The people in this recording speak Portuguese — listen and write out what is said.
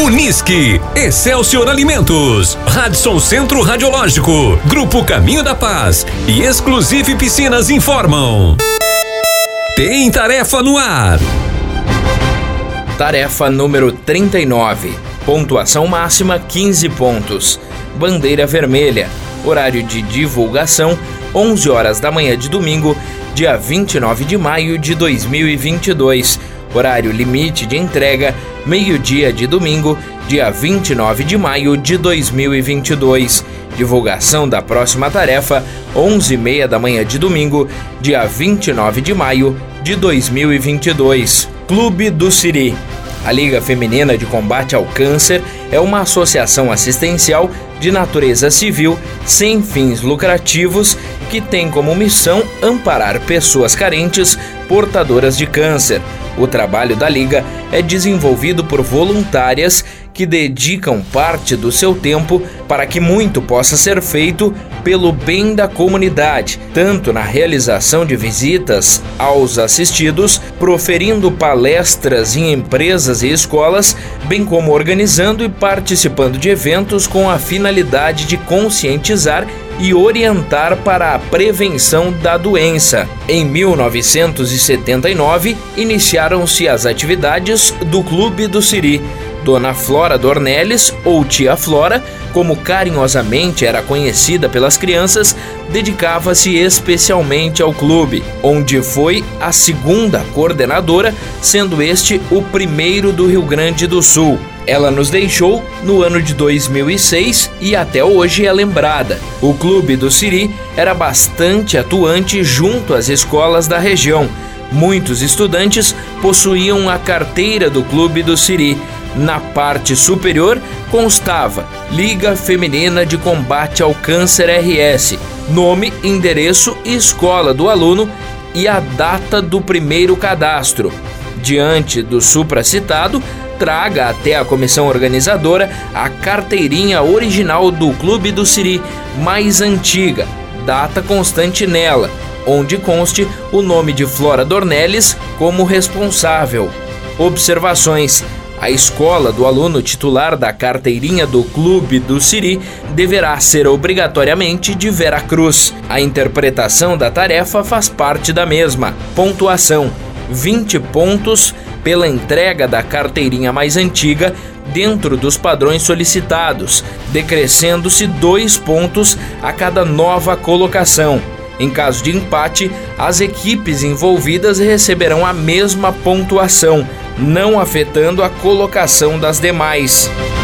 Unisque, Excelsior Alimentos, Radisson Centro Radiológico, Grupo Caminho da Paz e Exclusive Piscinas informam. Tem tarefa no ar. Tarefa número 39. Pontuação máxima 15 pontos. Bandeira vermelha. Horário de divulgação 11 horas da manhã de domingo, dia 29 de maio de 2022. Horário limite de entrega, meio-dia de domingo, dia 29 de maio de 2022. Divulgação da próxima tarefa, 11h30 da manhã de domingo, dia 29 de maio de 2022. Clube do Siri. A Liga Feminina de Combate ao Câncer é uma associação assistencial de natureza civil sem fins lucrativos que tem como missão amparar pessoas carentes portadoras de câncer. O trabalho da Liga é desenvolvido por voluntárias que dedicam parte do seu tempo para que muito possa ser feito pelo bem da comunidade, tanto na realização de visitas aos assistidos, proferindo palestras em empresas e escolas, bem como organizando e participando de eventos com a finalidade de conscientizar e orientar para a prevenção da doença. Em 1979, iniciaram-se as atividades do Clube do Siri. Dona Flora Dornelles, ou Tia Flora, como carinhosamente era conhecida pelas crianças, dedicava-se especialmente ao clube, onde foi a segunda coordenadora, sendo este o primeiro do Rio Grande do Sul. Ela nos deixou no ano de 2006 e até hoje é lembrada. O Clube do Siri era bastante atuante junto às escolas da região. Muitos estudantes possuíam a carteira do Clube do Siri. Na parte superior constava Liga Feminina de Combate ao Câncer RS, nome, endereço e escola do aluno e a data do primeiro cadastro. Diante do supracitado, traga até a comissão organizadora a carteirinha original do Clube do Siri mais antiga, data constante nela, onde conste o nome de Flora Dornelles como responsável. Observações: a escola do aluno titular da carteirinha do Clube do Siri deverá ser obrigatoriamente de Veracruz. A interpretação da tarefa faz parte da mesma. Pontuação: 20 pontos pela entrega da carteirinha mais antiga dentro dos padrões solicitados, decrescendo-se 2 pontos a cada nova colocação. Em caso de empate, as equipes envolvidas receberão a mesma pontuação, não afetando a colocação das demais.